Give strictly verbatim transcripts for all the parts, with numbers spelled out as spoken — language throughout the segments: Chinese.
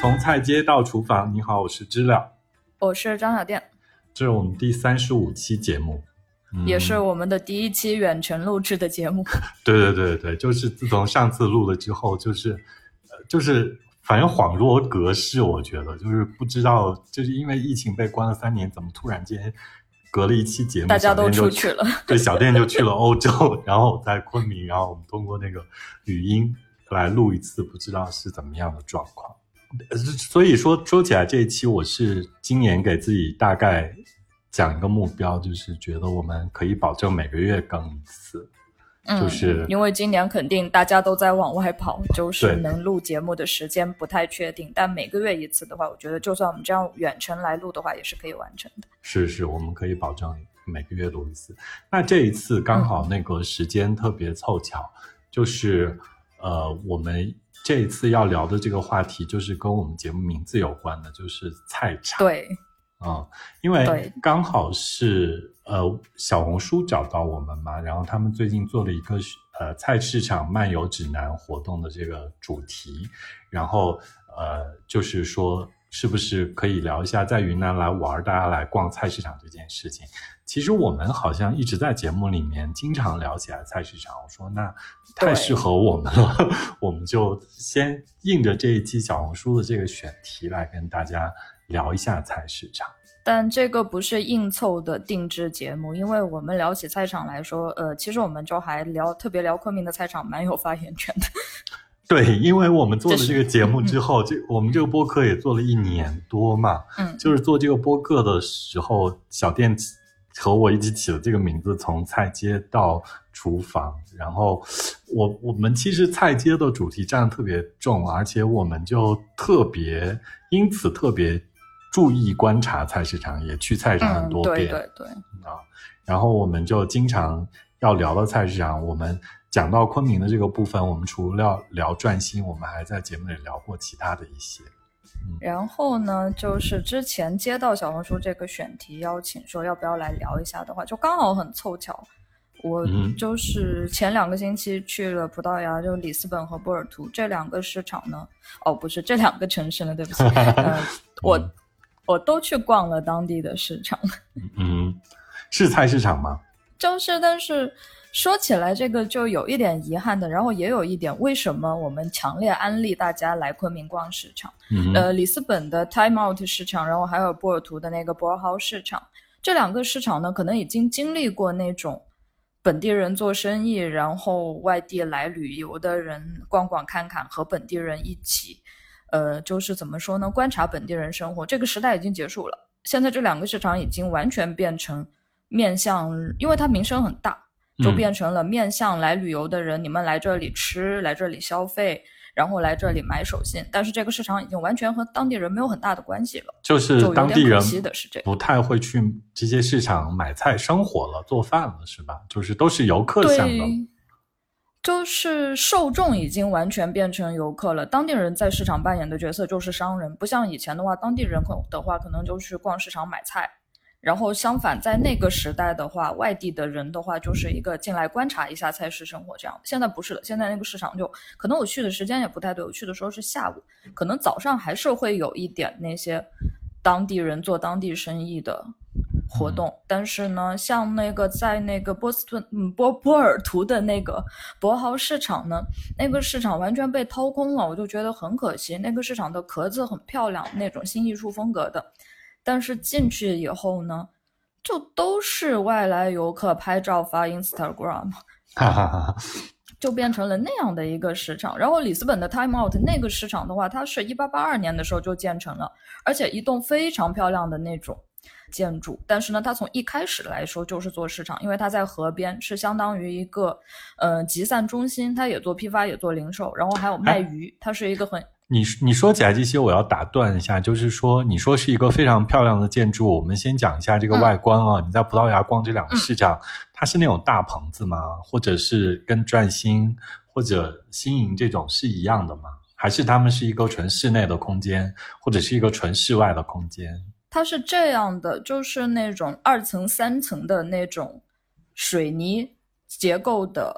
从菜街到厨房，你好，我是知了， 我是张小店， 这是我们第三十五期节目、 嗯、也是我们的第一期远程录制的节目。 对对对对，就是自从上次录了之后，就是呃，就是反正恍若隔世，我觉得就是不知道，就是因为疫情被关了三年，怎么突然间隔了一期节目， 大家都出去了， 对，小店就去了欧洲，然后我在昆明，然后我们通过那个语音来录一次，不知道是怎么样的状况。所以说说起来，这一期我是今年给自己大概讲一个目标，就是觉得我们可以保证每个月更一次。 嗯， 就是因为今年肯定大家都在往外跑，就是能录节目的时间不太确定，但每个月一次的话，我觉得就算我们这样远程来录的话也是可以完成的。 是是，我们可以保证每个月录一次。那这一次刚好那个时间特别凑巧、嗯、就是呃，我们这一次要聊的这个话题就是跟我们节目名字有关的，就是菜场。 对， 嗯，因为刚好是呃小红书找到我们嘛，然后他们最近做了一个呃菜市场漫游指南活动的这个主题，然后呃就是说是不是可以聊一下在云南来玩大家来逛菜市场这件事情。其实我们好像一直在节目里面经常聊起来菜市场，我说那太适合我们了，我们就先应着这一期小红书的这个选题来跟大家聊一下菜市场。 但这个不是硬凑的定制节目，因为我们聊起菜场来说，呃，其实我们就还聊特别聊昆明的菜场蛮有发言权的。 对，因为我们做了这个节目之后，这、嗯、我们这个播客也做了一年多嘛，嗯，就是做这个播客的时候，小店和我一起起了这个名字，从菜街到厨房，然后我我们其实菜街的主题占得特别重，而且我们就特别因此特别注意观察菜市场，也去菜市场很多遍、 嗯、对对对啊，然后我们就经常要聊到菜市场，我们讲到昆明的这个部分，我们除了聊转心，我们还在节目里聊过其他的一些。 嗯、然后呢，就是之前接到小红书这个选题邀请说要不要来聊一下的话，就刚好很凑巧，我就是前两个星期去了葡萄牙，就里斯本和波尔图这两个市场呢，哦不是这两个城市呢，对不起，呃，我、嗯、我都去逛了当地的市场。 嗯，是菜市场吗？ 就是，但是说起来这个就有一点遗憾的，然后也有一点为什么我们强烈安利大家来昆明逛市场。嗯、呃，里斯本的 Time Out 市场，然后还有波尔图的那个博尔豪市场，这两个市场呢，可能已经经历过那种本地人做生意，然后外地来旅游的人逛逛看看，和本地人一起，呃，就是怎么说呢，观察本地人生活，这个时代已经结束了。现在这两个市场已经完全变成面向，因为它名声很大，就变成了面向来旅游的人、嗯、你们来这里吃，来这里消费，然后来这里买手信，但是这个市场已经完全和当地人没有很大的关系了， 就是当地人不太会去这些市场买菜生活了，做饭了，是吧？就是都是游客向的， 就是受众已经完全变成游客了，当地人在市场扮演的角色就是商人，不像以前的话，当地人的话可能就去逛市场买菜，然后相反在那个时代的话，外地的人的话就是一个进来观察一下菜市生活这样。现在不是了，现在那个市场就可能我去的时间也不太对，我去的时候是下午，可能早上还是会有一点那些当地人做当地生意的活动、嗯、但是呢像那个在那个波斯顿嗯波波尔图的那个博豪市场呢，那个市场完全被掏空了，我就觉得很可惜。那个市场的壳子很漂亮，那种新艺术风格的，但是进去以后呢，就都是外来游客拍照发 Instagram 就变成了那样的一个市场。然后里斯本的 Time Out 那个市场的话，它是一八八二年的时候就建成了，而且一栋非常漂亮的那种建筑，但是呢它从一开始来说就是做市场，因为它在河边，是相当于一个呃集散中心，它也做批发也做零售，然后还有卖鱼，它是一个很你你说起来这些我要打断一下，就是说你说是一个非常漂亮的建筑，我们先讲一下这个外观啊、嗯、你在葡萄牙逛这两个市场、嗯、它是那种大棚子吗？或者是跟转心或者新营这种是一样的吗？还是他们是一个纯室内的空间，或者是一个纯室外的空间？ 它是这样的，就是那种二层三层的那种水泥结构的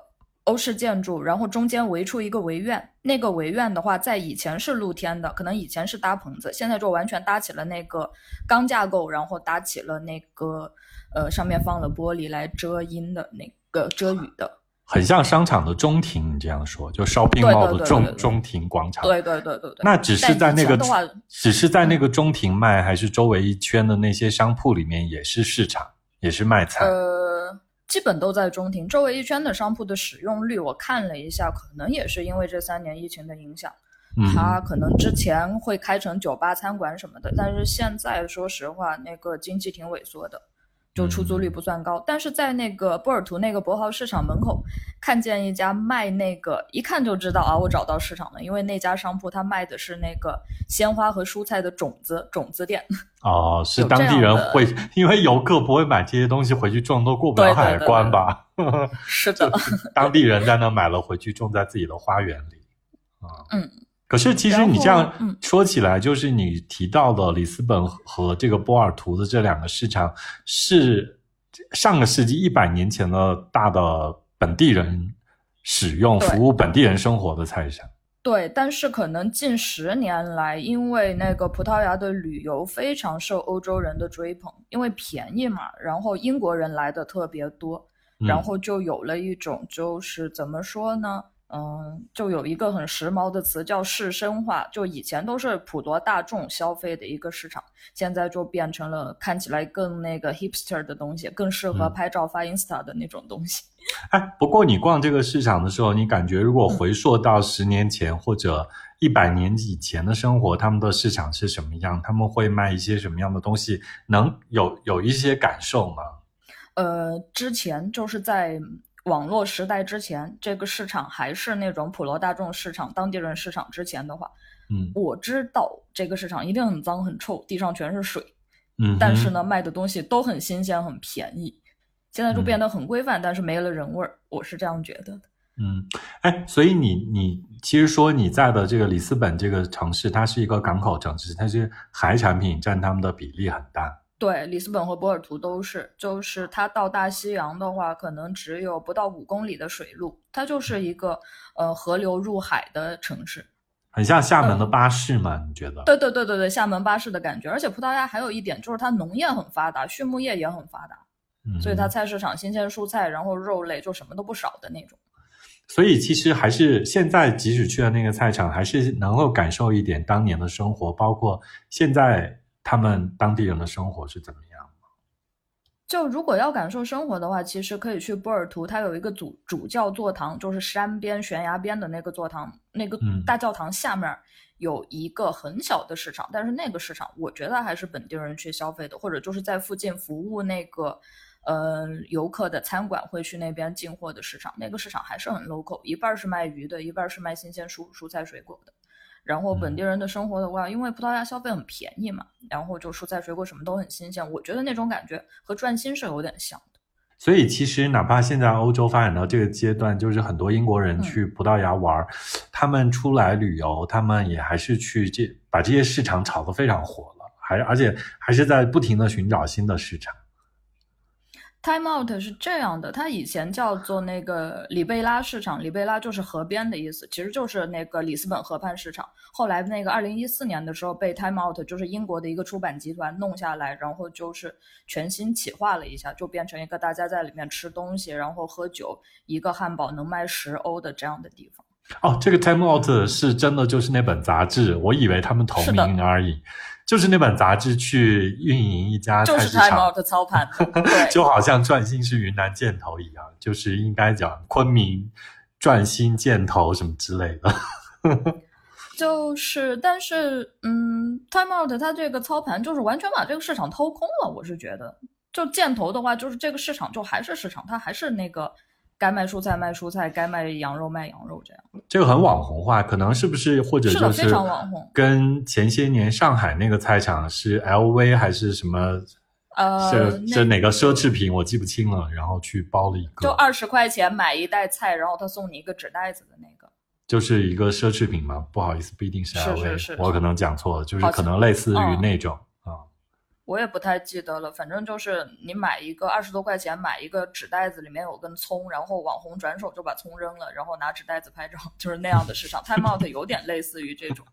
欧式建筑，然后中间围出一个围院，那个围院的话在以前是露天的，可能以前是搭棚子，现在就完全搭起了那个钢架构，然后搭起了那个呃上面放了玻璃来遮阴的那个遮雨的， 很像商场的中庭，你这样说就 shopping mall 的中中庭广场。 对对对对对。 那只是在那个只是在那个中庭卖，还是周围一圈的那些商铺里面也是市场，也是卖菜？ 呃，基本都在中庭，周围一圈的商铺的使用率我看了一下，可能也是因为这三年疫情的影响。它可能之前会开成酒吧餐馆什么的，但是现在说实话那个经济挺萎缩的，就出租率不算高。但是在那个波尔图那个博豪市场门口看见一家卖那个，一看就知道啊，我找到市场了，因为那家商铺它卖的是那个鲜花和蔬菜的种子种子店。 哦，是当地人会，因为游客不会买这些东西回去种，都过不了海关吧？ 对对对对是的， 当地人在那买了回去种在自己的花园里。 嗯。 可是其实你这样说起来，就是你提到的里斯本和这个波尔图的这两个市场是上个世纪一百年前的大的本地人使用服务本地人生活的菜市场。 对，但是可能近十年来，因为那个葡萄牙的旅游非常受欧洲人的追捧，因为便宜嘛，然后英国人来的特别多，然后就有了一种就是怎么说呢，嗯，就有一个很时髦的词叫市生化，就以前都是普罗大众消费的一个市场，现在就变成了看起来更那个 hipster 的东西，更适合拍照发 Insta 的那种东西。 哎，不过你逛这个市场的时候，你感觉如果回溯到十年前、嗯、或者一百年以前的生活，他们的市场是什么样？他们会卖一些什么样的东西？能有有一些感受吗？ 呃，之前就是在网络时代之前，这个市场还是那种普罗大众市场、当地人市场之前的话，嗯，我知道这个市场一定很脏很臭，地上全是水，嗯，但是呢，卖的东西都很新鲜、很便宜。现在就变得很规范、嗯、但是没了人味儿，我是这样觉得的。 嗯，哎，所以你你其实说你在的这个里斯本这个城市，它是一个港口城市，它是海产品占他们的比例很大。 对，里斯本和波尔图都是，就是它到大西洋的话，可能只有不到五公里的水路，它就是一个呃河流入海的城市， 很像厦门的巴士嘛、嗯、你觉得？ 对对对对对，厦门巴士的感觉。而且葡萄牙还有一点就是它农业很发达，畜牧业也很发达。所以它菜市场新鲜蔬菜，然后肉类就什么都不少的那种。 所以其实还是现在即使去了那个菜场，还是能够感受一点当年的生活，包括现在他们当地人的生活是怎么样吗？ 就如果要感受生活的话，其实可以去波尔图，它有一个主主教座堂，就是山边悬崖边的那个座堂，那个大教堂下面有一个很小的市场、嗯、但是那个市场我觉得还是本地人去消费的，或者就是在附近服务那个呃，游客的餐馆会去那边进货的市场，那个市场还是很 local， 一半是卖鱼的，一半是卖新鲜蔬蔬菜水果的。然后本地人的生活的话、嗯、因为葡萄牙消费很便宜嘛，然后就蔬菜水果什么都很新鲜，我觉得那种感觉和转心是有点像的。 所以其实哪怕现在欧洲发展到这个阶段，就是很多英国人去葡萄牙玩、嗯、他们出来旅游，他们也还是去这把这些市场炒得非常火了，还而且还是在不停的寻找新的市场。 Time Out 是这样的，它以前叫做那个里贝拉市场，里贝拉就是河边的意思，其实就是那个里斯本河畔市场。后来那个二零一四年的时候被 Time Out 就是英国的一个出版集团弄下来，然后就是全新企划了一下，就变成一个大家在里面吃东西然后喝酒，一个汉堡能卖十欧的这样的地方。 哦，这个 Time Out 是真的就是那本杂志，我以为他们同名而已，就是那本杂志去运营一家菜市场， 就是 Time Out 操盘对就好像转心是云南箭头一样，就是应该讲昆明转心箭头什么之类的就是但是嗯 Time Out 它这个操盘就是完全把这个市场掏空了，我是觉得就箭头的话就是这个市场就还是市场，它还是那个该卖蔬菜卖蔬菜，该卖羊肉卖羊肉，这样这个很网红化，可能是不是或者就是非常网红， 跟前些年上海那个菜场是 L V 还是什么呃， 是是哪个奢侈品我记不清了，然后去包了一个就二十块钱买一袋菜，然后他送你一个纸袋子的那个， 就是一个奢侈品嘛，不好意思不一定是 L V， 是是是我可能讲错了，就是可能类似于那种、 嗯啊、 我也不太记得了，反正就是你买一个二十多块钱买一个纸袋子，里面有根葱，然后网红转手就把葱扔了，然后拿纸袋子拍照，就是那样的市场。Time Out 有点类似于这种。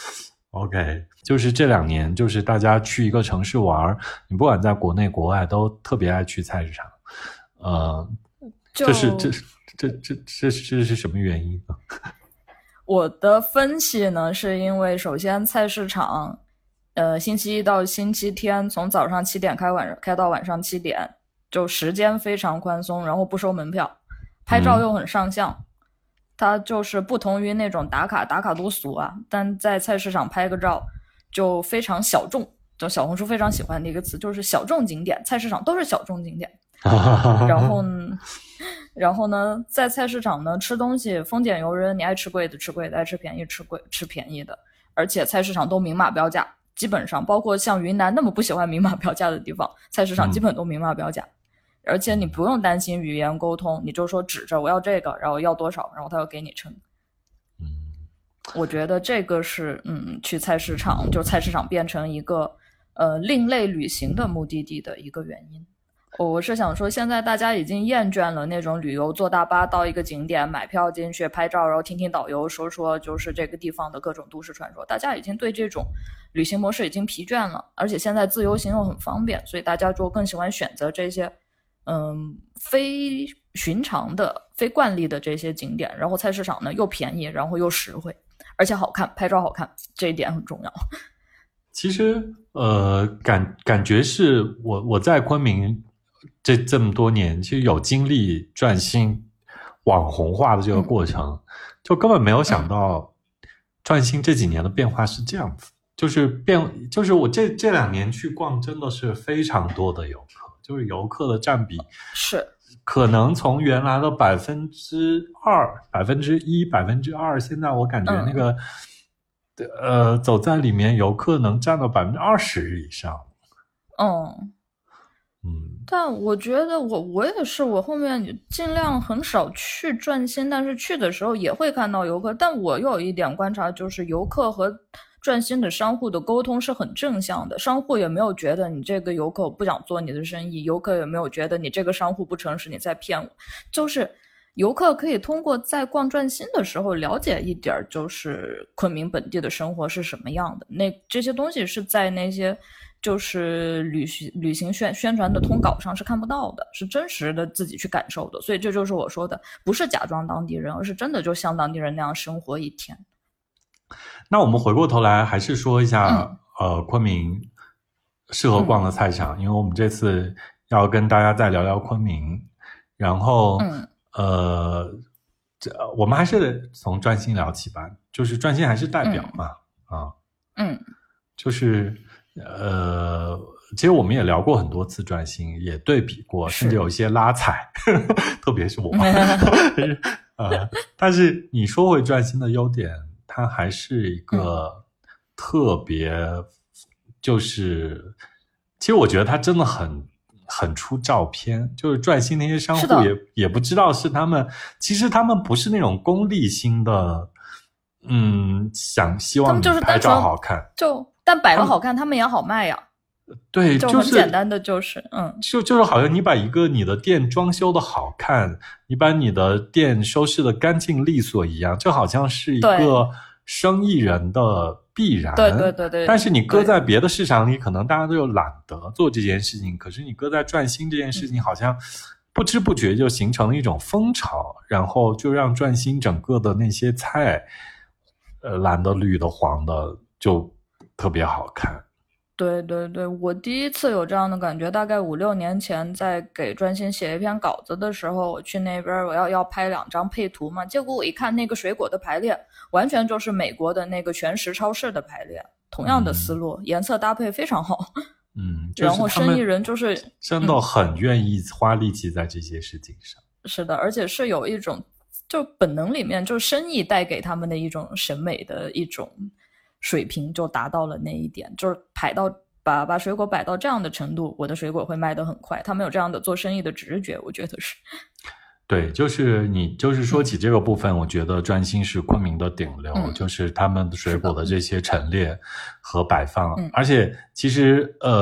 OK， 就是这两年，就是大家去一个城市玩，你不管在国内国外都特别爱去菜市场。呃，这是这这这这这是什么原因呢？ 我的分析呢，是因为首先菜市场。呃，星期一到星期天从早上七点开晚开到晚上七点，就时间非常宽松，然后不收门票，拍照又很上相。嗯、它就是不同于那种打卡，打卡多俗啊，但在菜市场拍个照就非常小众，就小红书非常喜欢的一个词，就是小众景点，菜市场都是小众景点。然后然后呢，在菜市场呢吃东西丰俭由人，你爱吃贵的吃贵的，爱吃便宜吃贵吃便宜的，而且菜市场都明码标价。基本上包括像云南那么不喜欢明码标价的地方，菜市场基本都明码标价、嗯、而且你不用担心语言沟通，你就说指着我要这个，然后要多少，然后他要给你称。嗯，我觉得这个是嗯，去菜市场就菜市场变成一个呃另类旅行的目的地的一个原因。我是想说，现在大家已经厌倦了那种旅游坐大巴到一个景点买票进去拍照，然后听听导游说说就是这个地方的各种都市传说，大家已经对这种旅行模式已经疲倦了，而且现在自由行又很方便，所以大家就更喜欢选择这些嗯非寻常的非惯例的这些景点，然后菜市场呢又便宜，然后又实惠，而且好看，拍照好看，这一点很重要。 其实呃感感觉是我我在昆明这这么多年，其实有经历转型网红化的这个过程、嗯、就根本没有想到转型这几年的变化是这样子，就是变就是我这这两年去逛真的是非常多的游客，就是游客的占比是可能从原来的百分之二百分之一百分之二，现在我感觉那个、嗯、呃走在里面游客能占到百分之二十以上。 嗯嗯，但我觉得我我也是，我后面尽量很少去转新，但是去的时候也会看到游客。但我有一点观察，就是游客和转新的商户的沟通是很正向的，商户也没有觉得你这个游客不想做你的生意，游客也没有觉得你这个商户不诚实，你在骗我。就是游客可以通过在逛转新的时候了解一点，就是昆明本地的生活是什么样的。那这些东西是在那些就是旅行旅行宣宣传的通稿上是看不到的，是真实的自己去感受的。所以这就是我说的，不是假装当地人，而是真的就像当地人那样生活一天。 那我们回过头来还是说一下、嗯、呃，昆明适合逛的菜场、嗯、因为我们这次要跟大家再聊聊昆明，然后、嗯、呃这我们还是从转新聊起吧，就是转新还是代表嘛、嗯、啊嗯， 就是呃，其实我们也聊过很多次转新，也对比过，甚至有一些拉踩，特别是我。呃，但是你说回转新的优点，它还是一个特别，嗯、就是其实我觉得它真的很很出照片，就是转新那些商户也也不知道是他们，其实他们不是那种功利心的，嗯，想希望你拍照好看， 就。但摆的好看，他们也好卖呀。 对， 就很简单的就是，嗯， 就就是好像你把一个你的店装修的好看，你把你的店收拾的干净利索一样，就好像是一个生意人的必然。 对对对对。 但是你搁在别的市场里，可能大家都有懒得做这件事情，可是你搁在转新这件事情，好像不知不觉就形成了一种风潮，然后就让转新整个的那些菜，呃，蓝的、绿的、黄的，就特别好看。 对对对，我第一次有这样的感觉，大概五六年前在给转新写一篇稿子的时候，我去那边我要要拍两张配图嘛，结果我一看那个水果的排列，完全就是美国的那个全食超市的排列，同样的思路，嗯、颜色搭配非常好。 嗯， 就是、然后生意人就是真的很愿意花力气在这些事情上。 嗯、是的，而且是有一种就本能里面，就是生意带给他们的一种审美的一种水平就达到了那一点，就是排到把把水果摆到这样的程度，我的水果会卖得很快。他们有这样的做生意的直觉，我觉得是。 对，就是你就是说起这个部分，嗯、我觉得转新是昆明的顶流，嗯、就是他们的水果的这些陈列和摆放，嗯、而且其实呃，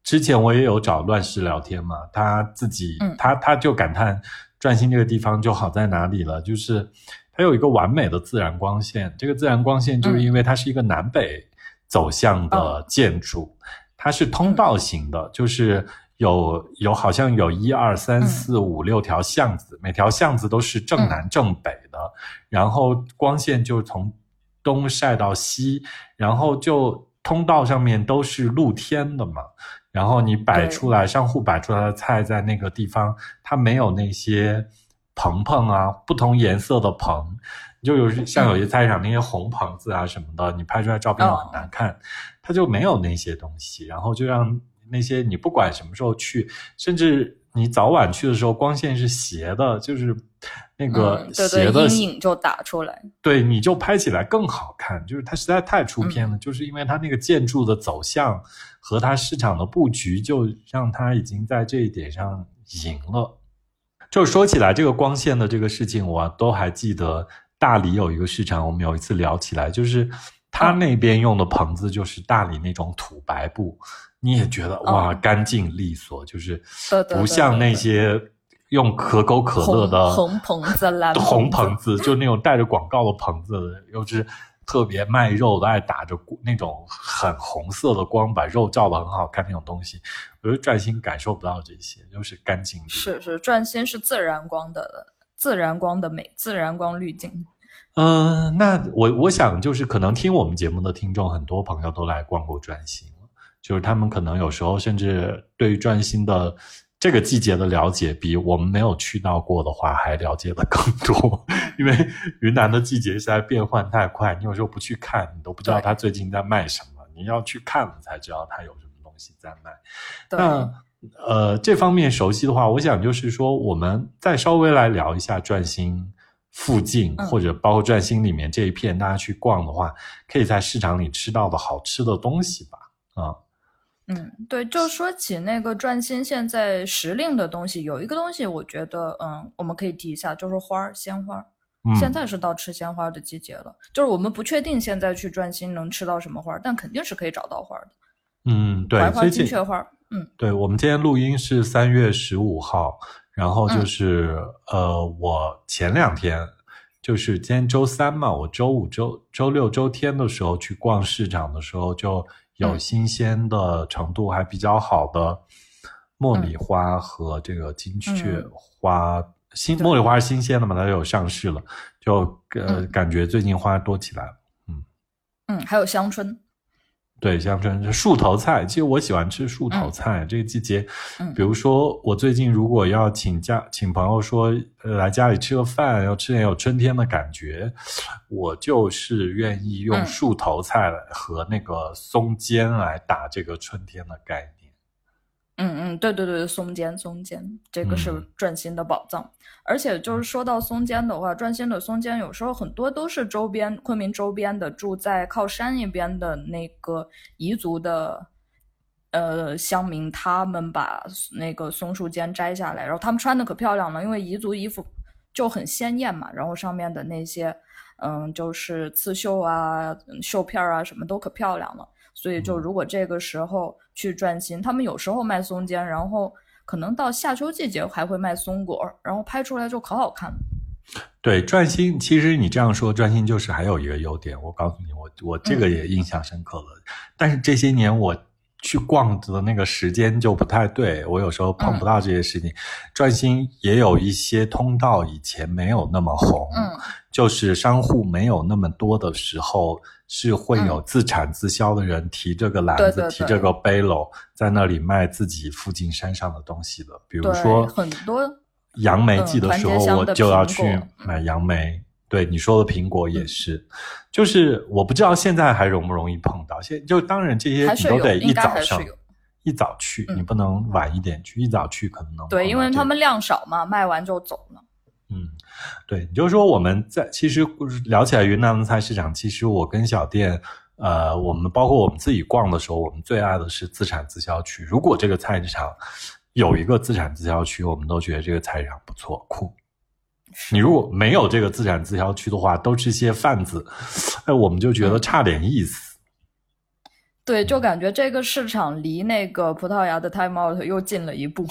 之前我也有找乱世聊天嘛，他自己、 嗯、 他他就感叹转心这个地方就好在哪里了，就是它有一个完美的自然光线，这个自然光线就是因为它是一个南北走向的建筑、嗯、它是通道型的、嗯、就是有有好像有一二三四五六条巷子、嗯、每条巷子都是正南正北的、嗯、然后光线就从东晒到西，然后就通道上面都是露天的嘛，然后你摆出来商户摆出来的菜在那个地方它没有那些棚棚啊，不同颜色的棚，就有像有些菜场那些红棚子啊什么的、嗯、你拍出来照片很难看、哦、它就没有那些东西，然后就让那些你不管什么时候去，甚至你早晚去的时候光线是斜的，就是那个斜的、 嗯、对对，阴影就打出来， 对，你就拍起来更好看，就是它实在太出片了、嗯、就是因为它那个建筑的走向和它市场的布局就让它已经在这一点上赢了。就说起来这个光线的这个事情，我都还记得大理有一个市场，我们有一次聊起来，就是他那边用的棚子就是大理那种土白布，你也觉得哇干净利索，就是不像那些用可口可乐的红棚子蓝红棚子，就那种带着广告的棚子，又是特别卖肉的，爱打着那种很红色的光，把肉照得很好看那种东西。我觉得转心感受不到这些，就是干净。 是是，转心是自然光的，自然光的美，自然光滤镜。 嗯、呃，那我我想就是可能听我们节目的听众，很多朋友都来逛过转心，就是他们可能有时候甚至对于转心的这个季节的了解，比我们没有去到过的话还了解的更多。因为云南的季节实在变换太快，你有时候不去看，你都不知道他最近在卖什么，你要去看了才知道他有什么东西在卖。那呃，这方面熟悉的话，我想就是说我们再稍微来聊一下转心附近、嗯、或者包括转心里面这一片大家去逛的话，可以在市场里吃到的好吃的东西吧。啊、 嗯嗯，对，就说起那个转心现在时令的东西，有一个东西我觉得嗯，我们可以提一下，就是花鲜花。嗯、现在是到吃鲜花的季节了，就是我们不确定现在去转心能吃到什么花，但肯定是可以找到花的。 嗯，对， 槐花、金雀花。嗯， 对，我们今天录音是三月十五号，然后就是、嗯、呃，我前两天就是今天周三嘛，我周五、周周六、周天的时候去逛市场的时候，就有新鲜的程度还比较好的茉莉花和这个金雀花。嗯新茉莉花是新鲜的嘛，它就有上市了，就呃、嗯、感觉最近花多起来了。嗯嗯，还有香椿。 对，香椿树头菜，其实我喜欢吃树头菜、嗯、这个季节、嗯、比如说我最近如果要请家请朋友说、呃、来家里吃个饭，要吃点有春天的感觉，我就是愿意用树头菜和那个松尖来打这个春天的概念。 嗯嗯，对对对，松尖松尖，这个是转心的宝藏、嗯、而且就是说到松尖的话，转心的松尖有时候很多都是周边昆明周边的住在靠山一边的那个彝族的呃乡民，他们把那个松树尖摘下来，然后他们穿的可漂亮了，因为彝族衣服就很鲜艳嘛，然后上面的那些嗯就是刺绣啊绣片啊什么都可漂亮了，所以就如果这个时候去转心，他们有时候卖松尖，然后可能到夏秋季节还会卖松果，然后拍出来就可好看了。 对，转心其实你这样说，转心就是还有一个优点，我告诉你，我我这个也印象深刻了、嗯、但是这些年我去逛的那个时间就不太对，我有时候碰不到这些事情、嗯、转心也有一些通道以前没有那么红，嗯，就是商户没有那么多的时候，是会有自产自销的人提这个篮子、嗯、对对对，提这个背篓在那里卖自己附近山上的东西的，比如说很多杨梅季的时候我就要去买杨梅、嗯、对，你说的苹果也是、嗯、就是我不知道现在还容不容易碰到，现就当然这些你都得一早上一早去、嗯、你不能晚一点去，一早去可能能、 这个、对，因为他们量少嘛，卖完就走了。 嗯，对，你就说我们在其实聊起来云南的菜市场，其实我跟小店呃，我们包括我们自己逛的时候，我们最爱的是自产自销区，如果这个菜市场有一个自产自销区，我们都觉得这个菜市场不错酷。你如果没有这个自产自销区的话，都是些贩子，哎，我们就觉得差点意思。 对，就感觉这个市场离那个葡萄牙的 Time Out 又近了一步。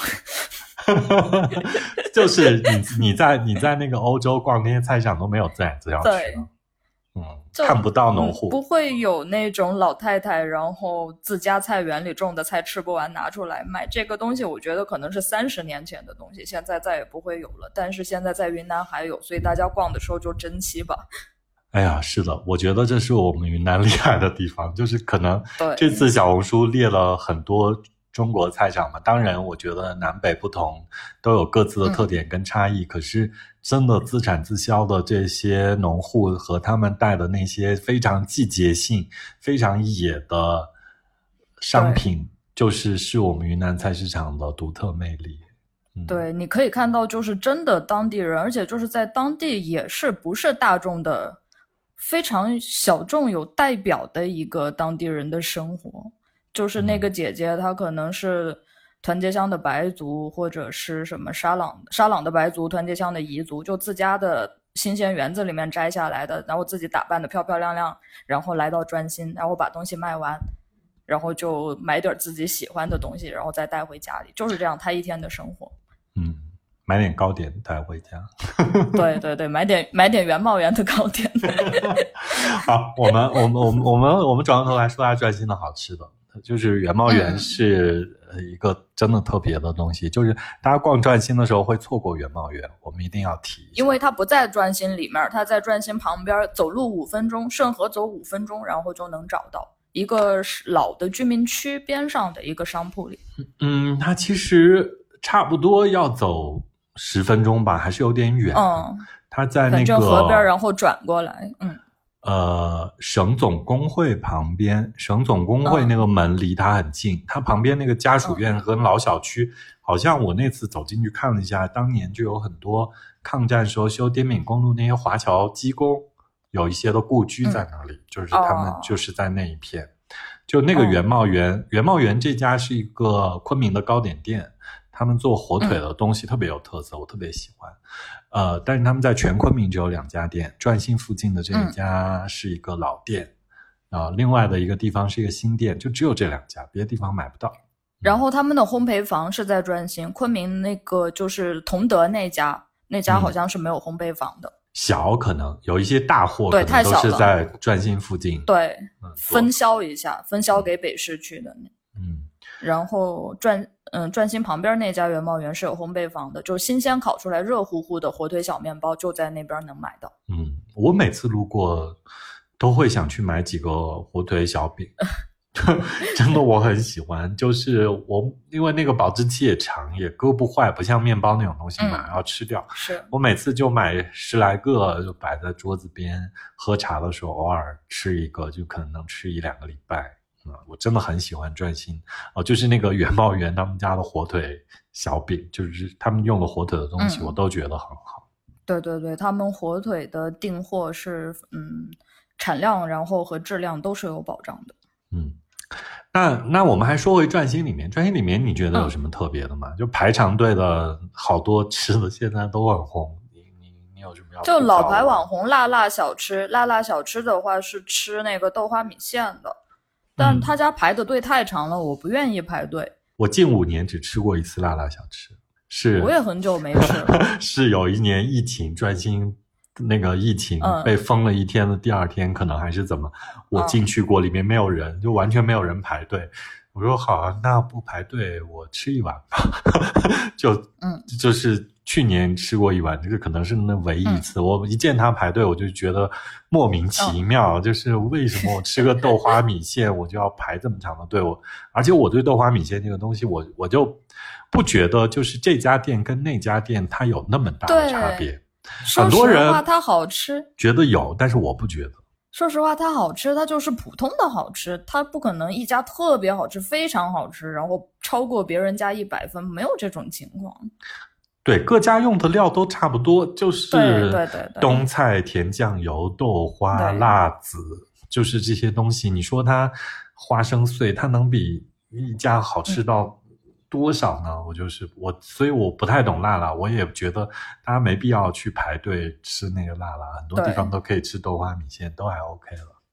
就是你你在你在那个欧洲逛那些菜场都没有自然资料区了，嗯，看不到农户、 嗯，不会有那种老太太然后自家菜园里种的菜吃不完拿出来卖，这个东西我觉得可能是三十年前的东西，现在再也不会有了。但是现在在云南还有，所以大家逛的时候就珍惜吧。 哎呀，是的，我觉得这是我们云南厉害的地方，就是可能这次小红书列了很多中国菜场嘛，当然我觉得南北不同，都有各自的特点跟差异、嗯、可是真的自产自销的这些农户和他们带的那些非常季节性非常野的商品，就是是我们云南菜市场的独特魅力。嗯、 对，你可以看到就是真的当地人，而且就是在当地也是不是大众的非常小众有代表的一个当地人的生活，就是那个姐姐她可能是团结乡的白族，或者是什么沙朗沙朗的白族，团结乡的彝族，就自家的新鲜园子里面摘下来的，然后自己打扮的漂漂亮亮，然后来到专心，然后把东西卖完，然后就买点自己喜欢的东西，然后再带回家里，就是这样他一天的生活。 嗯，买点糕点带回家。 对对对，买点买点原茂园的糕点。 好，我们我们我们我们我们转过头来说下专心的好吃的，就是原茂园是一个真的特别的东西、嗯、就是大家逛转心的时候会错过原茂园，我们一定要提一下， 因为它不在转心里面，它在转心旁边，走路五分钟，顺河走五分钟，然后就能找到一个老的居民区边上的一个商铺里。 嗯，它其实差不多要走十分钟吧，还是有点远。 嗯， 它在那个反正河边，然后转过来。嗯， 呃，省总工会旁边，省总工会那个门离它很近，嗯、它旁边那个家属院和老小区、嗯，好像我那次走进去看了一下，当年就有很多抗战时候修滇缅公路那些华侨机工，有一些的故居在那里、嗯，就是他们就是在那一片。哦、就那个原茂园、嗯，原茂园这家是一个昆明的糕点店。他们做火腿的东西特别有特色、嗯、我特别喜欢。呃，但是他们在全昆明只有两家店，转心附近的这一家是一个老店，啊、嗯呃，另外的一个地方是一个新店，就只有这两家，别的地方买不到。 然后他们的烘焙房是在转心，昆明那个就是同德那家，那家好像是没有烘焙房的。嗯， 小可能有一些大货可能都是在转心附近， 对、嗯，分销一下，分销给北市区的。 嗯， 然后转嗯转心旁边那家原茂园是有烘焙房的，就是新鲜烤出来热乎乎的火腿小面包就在那边能买到。 嗯，我每次路过都会想去买几个火腿小饼。真的我很喜欢，就是我因为那个保质期也长，也割不坏，不像面包那种东西嘛、嗯、要吃掉。 是我每次就买十来个，就摆在桌子边，喝茶的时候偶尔吃一个，就可能能吃一两个礼拜。嗯，我真的很喜欢转心哦，就是那个原茂园他们家的火腿小饼，就是他们用的火腿的东西、嗯、我都觉得很好。 对对对，他们火腿的订货是嗯产量然后和质量都是有保障的。 嗯，那那我们还说回转心里面，转心里面你觉得有什么特别的吗？嗯、就排长队的好多吃的现在都很红，你你你有什么要？ 就老牌网红辣辣小吃，辣辣小吃的话是吃那个豆花米线的。但他家排的队太长了、嗯、我不愿意排队。 我近五年只吃过一次辣辣小吃，是我也很久没吃了。 是有一年疫情，转心那个疫情被封了一天的第二天、嗯、可能还是怎么，我进去过，里面没有人、嗯、就完全没有人排队。我说好啊，那不排队我吃一碗吧。就嗯，就是去年吃过一碗，这个可能是那唯一一次、嗯、我一见他排队我就觉得莫名其妙、嗯、就是为什么我吃个豆花米线我就要排这么长的队伍，而且我对豆花米线这个东西我我就不觉得就是这家店跟那家店它有那么大的差别。很多人说实话它好吃觉得有，但是我不觉得。 说实话它好吃，它就是普通的好吃，它不可能一家特别好吃非常好吃然后超过别人家一百分，没有这种情况。 对，各家用的料都差不多，就是对对对对， 冬菜、甜酱油、豆花、辣子，就是这些东西。你说它花生碎，它能比一家好吃到多少呢？嗯、我就是我，所以我不太懂辣辣，我也觉得大家没必要去排队吃那个辣辣，很多地方都可以吃豆花米线，都还 OK 了。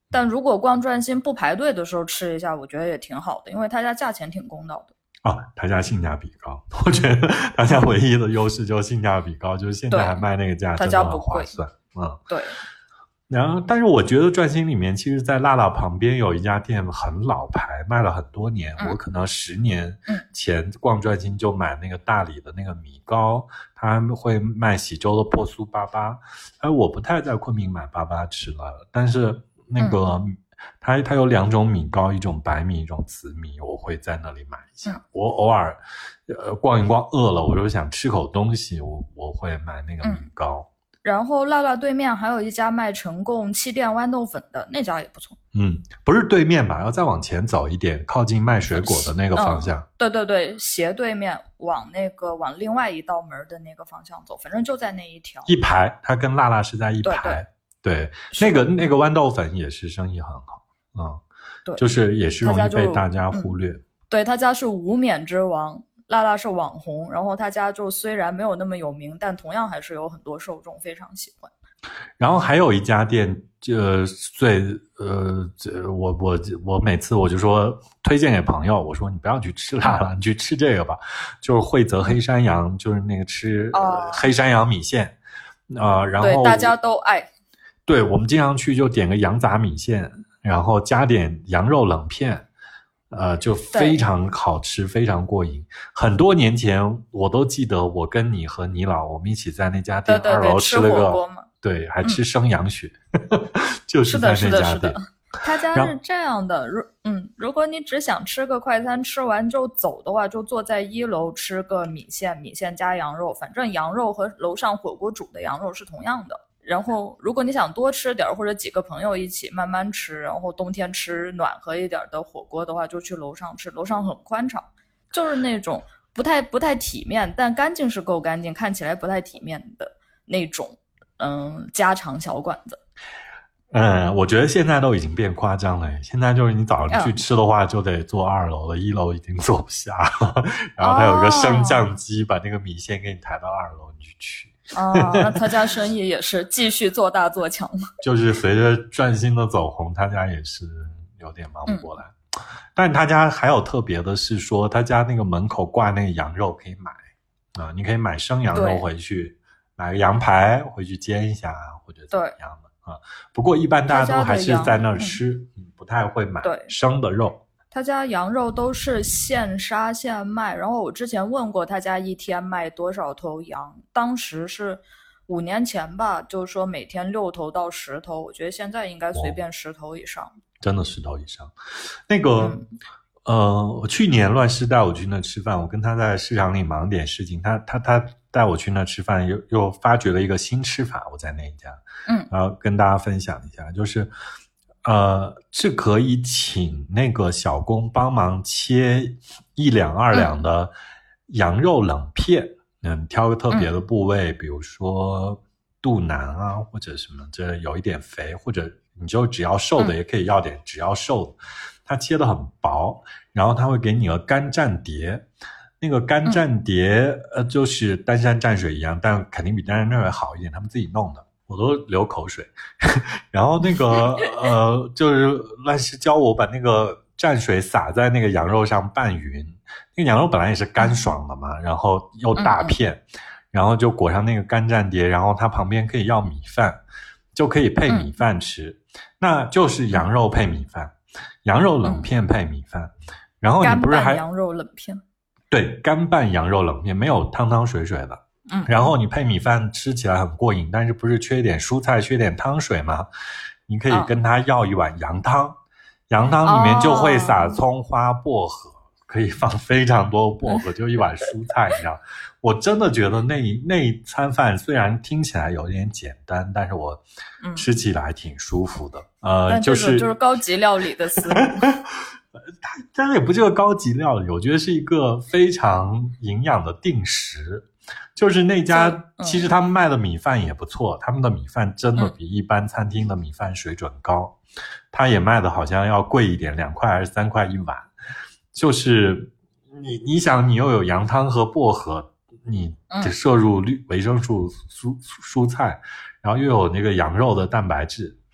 但如果逛转心不排队的时候吃一下，我觉得也挺好的，因为他家价钱挺公道的。 啊，他家性价比高，我觉得他家唯一的优势就是性价比高，就是现在还卖那个价真的很划算。嗯， 对。 然后，但是我觉得转心里面，其实在辣辣旁边有一家店很老牌，卖了很多年。嗯、我可能十年前逛转心就买那个大理的那个米糕，他会卖喜洲的破酥粑粑。哎，我不太在昆明买粑粑吃了，但是那个。嗯它它有两种米糕，一种白米，一种紫米，我会在那里买一下。嗯、我偶尔呃逛一逛饿了，我就想吃口东西，我我会买那个米糕。 嗯、然后辣辣对面还有一家卖成贡气垫豌豆粉的，那家也不错。 嗯，不是对面吧？要再往前走一点，靠近卖水果的那个方向。 嗯、对对对，斜对面往那个往另外一道门的那个方向走，反正就在那一条。 一排，它跟辣辣是在一排。 对对。 对，那个那个豌豆粉也是生意很好，嗯， 对， 就是也是容易被大家忽略。 嗯、对，他家是无冕之王，辣辣是网红，然后他家就虽然没有那么有名，但同样还是有很多受众非常喜欢。 然后还有一家店，呃，最呃，我我我每次我就说推荐给朋友，我说你不要去吃辣辣，你去吃这个吧，就是惠泽黑山羊，就是那个吃、呃、黑山羊米线，呃，然后对大家都爱。 对，我们经常去就点个羊杂米线，然后加点羊肉冷片，呃，就非常好吃，非常过瘾。很多年前我都记得，我跟你和你老，我们一起在那家店二楼吃了个， 对对对，吃火锅嘛， 对，还吃生羊血，嗯、就是在那家店。 是的，是的，是的。他家是这样的，如嗯，如果你只想吃个快餐，吃完就走的话，就坐在一楼吃个米线，米线加羊肉，反正羊肉和楼上火锅煮的羊肉是同样的。然后如果你想多吃点或者几个朋友一起慢慢吃，然后冬天吃暖和一点的火锅的话，就去楼上吃，楼上很宽敞，就是那种不太不太体面，但干净是够干净，看起来不太体面的那种嗯家常小馆子。 嗯，我觉得现在都已经变夸张了，现在就是你早上去吃的话就得坐二楼了，嗯、一楼已经坐不下了，然后它有个升降机、哦、把那个米线给你抬到二楼你去吃。 啊，那他家生意也是继续做大做强嘛。 就是随着转心的走红，他家也是有点忙不过来。嗯、但他家还有特别的是说，他家那个门口挂那个羊肉可以买啊、呃，你可以买生羊肉回去，买个羊排回去煎一下或者怎么样的啊、呃。不过一般大家都还是在那儿吃，嗯、不太会买生的肉。 他家羊肉都是现杀现卖，然后我之前问过他家一天卖多少头羊，当时是五年前吧，就是说每天六头到十头，我觉得现在应该随便十头以上。哦、 真的十头以上。那个、嗯、呃，我去年乱世带我去那吃饭，我跟他在市场里忙点事情，他他他带我去那吃饭，又又发掘了一个新吃法，我在那一家， 嗯， 然后跟大家分享一下，就是。呃，是可以请那个小工帮忙切一两二两的羊肉冷片，嗯，嗯挑个特别的部位，嗯、比如说肚腩啊，或者什么，这有一点肥，或者你就只要瘦的也可以要点，嗯、只要瘦的，它切得很薄，然后它会给你个干蘸碟，那个干蘸碟，嗯、呃，就是丹山蘸水一样，但肯定比丹山蘸水好一点，他们自己弄的。我都流口水，然后那个呃，就是乱世教我把那个蘸水撒在那个羊肉上拌匀，那个羊肉本来也是干爽的嘛，然后又大片，嗯嗯然后就裹上那个干蘸碟，然后它旁边可以要米饭，就可以配米饭吃，嗯、那就是羊肉配米饭，羊肉冷片配米饭，嗯、然后你不是还干拌羊肉冷片？ 对，干拌羊肉冷片，没有汤汤水水的。 嗯， 然后你配米饭吃起来很过瘾，但是不是缺点蔬菜缺点汤水吗？你可以跟他要一碗羊汤，哦、羊汤里面就会撒葱花薄荷，哦、可以放非常多薄荷，就一碗蔬菜，你知道。我真的觉得那一那一餐饭虽然听起来有点简单，但是我吃起来挺舒服的。嗯、呃，就是就是高级料理的思路。 它当然也不是个高级料理，我觉得是一个非常营养的定时。就是那家、嗯、其实他们卖的米饭也不错，他们的米饭真的比一般餐厅的米饭水准高，他、嗯、也卖的好像要贵一点，两块还是三块一碗。就是你你想你又有羊汤和薄荷，你得摄入绿维生素蔬蔬菜，然后又有那个羊肉的蛋白质，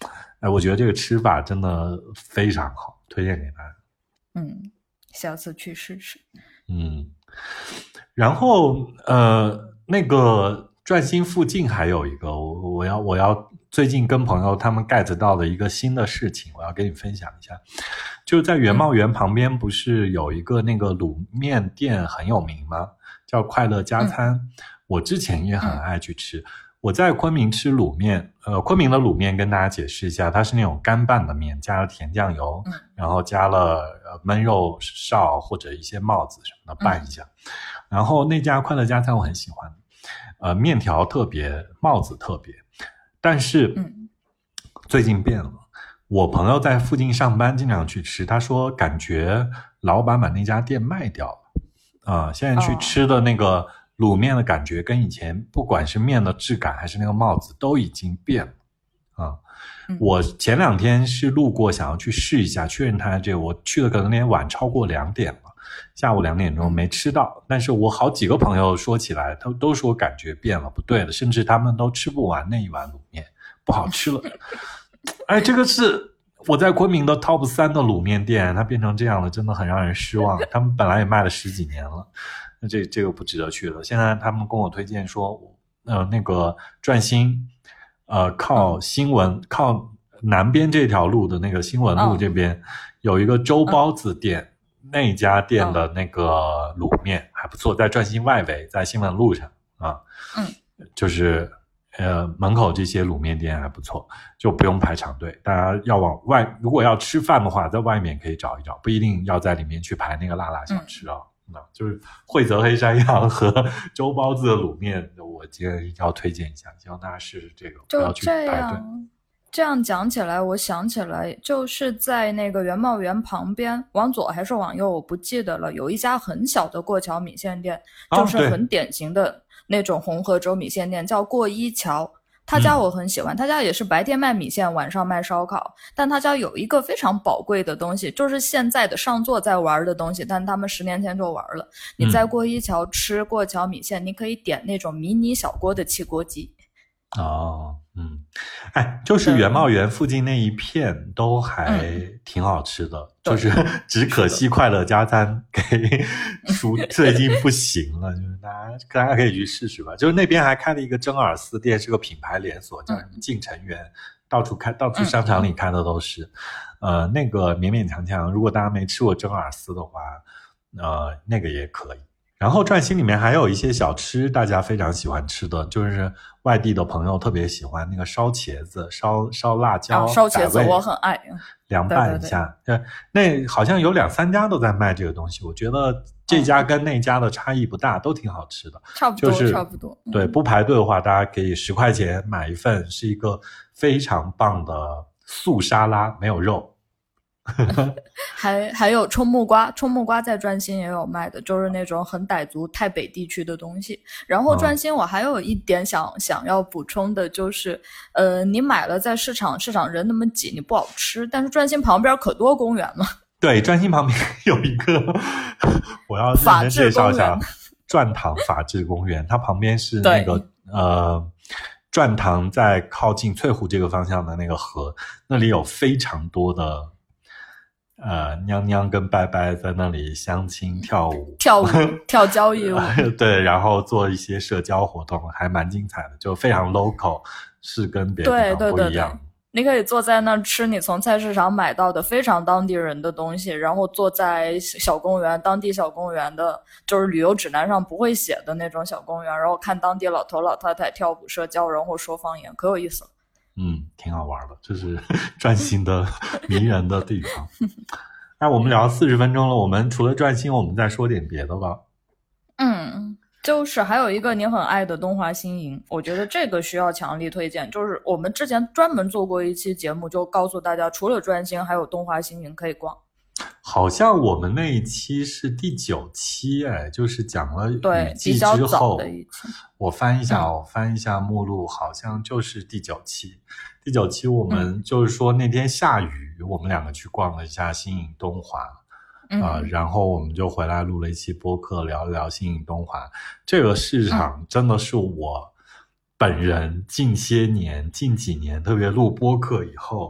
哎，我觉得这个吃法真的非常好，推荐给大家。 嗯，下次去试试。 嗯，然后呃，那个转心附近还有一个，我我要我要最近跟朋友他们 get 到的一个新的事情，我要跟你分享一下。就是在原茂园旁边不是有一个那个卤面店很有名吗？叫快乐家餐。嗯、我之前也很爱去吃。嗯、我在昆明吃卤面，呃，昆明的卤面跟大家解释一下，它是那种干拌的面，加了甜酱油，嗯、然后加了呃焖肉臊或者一些帽子什么的拌一下。嗯、然后那家快乐家餐我很喜欢，呃，面条特别，帽子特别，但是、嗯、最近变了。我朋友在附近上班，经常去吃。他说，感觉老板把那家店卖掉了，啊、呃，现在去吃的那个卤面的感觉，跟以前不管是面的质感还是那个帽子都已经变了，啊、呃，我前两天是路过，想要去试一下，确认他这个，我去的可能连晚超过两点了，下午两点钟没吃到。但是我好几个朋友说起来，他都说感觉变了，不对了，甚至他们都吃不完那一碗卤面，不好吃了。哎，这个是我在昆明的 top 三的卤面店，它变成这样了，真的很让人失望。他们本来也卖了十几年了，那这这个不值得去了。现在他们跟我推荐说，呃，那个转心，呃，靠新闻靠南边这条路的那个新闻路这边、哦、有一个周包子店，嗯、那家店的那个卤面还不错，在转心外围，在新闻路上啊，嗯，就是。呃，门口这些卤面店还不错，就不用排长队。大家要往外，如果要吃饭的话，在外面可以找一找，不一定要在里面去排那个辣辣小吃啊。嗯、就是惠泽黑山羊和周包子的卤面，我今天要推荐一下，希望大家试试这个，不要去排队。 这样讲起来，我想起来，就是在那个原茂园旁边，往左还是往右，我不记得了，有一家很小的过桥米线店， 啊、 就是很典型的那种红河州米线店，叫过一桥。他家我很喜欢、嗯、他家也是白天卖米线，晚上卖烧烤，但他家有一个非常宝贵的东西，就是现在的上座在玩的东西，但他们十年前就玩了。你在过一桥吃过桥米线、嗯、你可以点那种迷你小锅的汽锅鸡。 哦，嗯，哎，就是原茂园附近那一片都还挺好吃的，嗯、就是只可惜快乐家餐给熟最近不行了，就是大家大家可以去试试吧。就是那边还开了一个蒸饵丝店，是个品牌连锁，叫什么晋城园，嗯、到处开，到处商场里开的都是。嗯、呃，那个勉勉强强，如果大家没吃过蒸饵丝的话，呃，那个也可以。然后转心里面还有一些小吃，大家非常喜欢吃的，就是外地的朋友特别喜欢那个烧茄子、烧烧辣椒、 啊、烧茄子我很爱， 凉拌一下。对，对，对，那好像有两三家都在卖这个东西，我觉得这家跟那家的差异不大，嗯、都挺好吃的， 差不多， 就是差不多。 对，不排队的话，大家可以十块钱买一份，是一个非常棒的素沙拉，没有肉。 还还有葱木瓜，葱木瓜在转心也有卖的，就是那种很傣族太北地区的东西。然后转心我还有一点想、嗯、想要补充的就是，呃，你买了在市场，市场人那么挤，你不好吃。但是转心旁边可多公园了。 对，转心旁边有一个，我要认真介绍一下，转塘法治公园，它旁边是那个呃。转塘在靠近翠湖这个方向的那个河，那里有非常多的呃娘娘跟伯伯在那里相亲跳舞跳舞跳交谊舞对，然后做一些社交活动，还蛮精彩的，就非常 local， 是跟别的地方不一样。对对对对， 你可以坐在那儿吃你从菜市场买到的非常当地人的东西，然后坐在小公园，当地小公园的就是旅游指南上不会写的那种小公园，然后看当地老头老太太跳舞社交，然后说方言，可有意思了。 嗯，挺好玩的，这是转心的迷人的地方。那我们聊四十分钟了，我们除了转心，我们再说点别的吧。 嗯，就是还有一个你很爱的东华新营，我觉得这个需要强力推荐。就是我们之前专门做过一期节目，就告诉大家除了转心还有东华新营可以逛。 好像我们那一期是第九期，哎，就是讲了雨季之后。 对，比较早的一期。 我翻一下、嗯、我翻一下目录，好像就是第九期。第九期我们就是说那天下雨、嗯、我们两个去逛了一下新颖东华。 嗯、 呃，然后我们就回来录了一期播客，聊一聊新颖东华这个市场，真的是我本人近些年、近几年特别录播客以后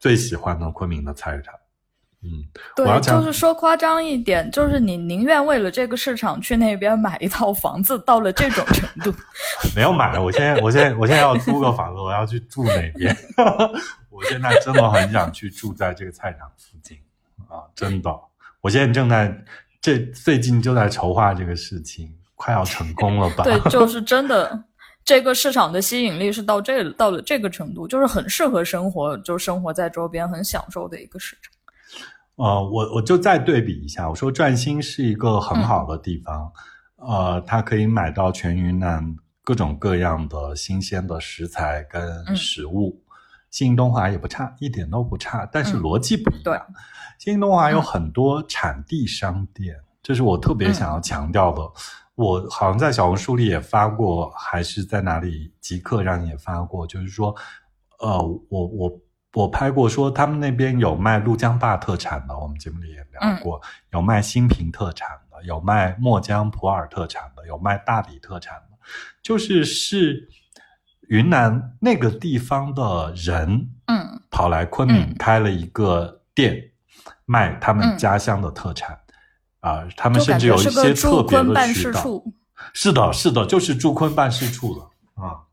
最喜欢的昆明的菜市场。嗯， 对，就是说夸张一点，就是你宁愿为了这个市场去那边买一套房子，到了这种程度。 没有买了，我现在我现在我现在要租个房子，我要去住那边。我现在真的很想去住在这个菜场附近啊，真的。我现在正在这最近就在筹划这个事情，快要成功了吧？ 对，就是真的。这个市场的吸引力是到这到了这个程度，就是很适合生活，就生活在周边很享受的一个市场。 呃，我我就再对比一下，我说转心是一个很好的地方，嗯、呃，它可以买到全云南各种各样的新鲜的食材跟食物，嗯、新东华也不差，一点都不差，但是逻辑不一样。嗯、新东华有很多产地商店，嗯、这是我特别想要强调的。嗯、我好像在小红书里也发过，还是在哪里极客上也发过，就是说，呃，我我。我拍过说他们那边有卖怒江坝特产的，我们节目里也聊过、嗯、有卖新平特产的，有卖墨江普洱特产的，有卖大理特产的，就是是云南那个地方的人嗯，跑来昆明开了一个店、嗯、卖他们家乡的特产啊、呃，他们甚至有一些特别的渠道，是的是的，就是驻昆办事处的啊。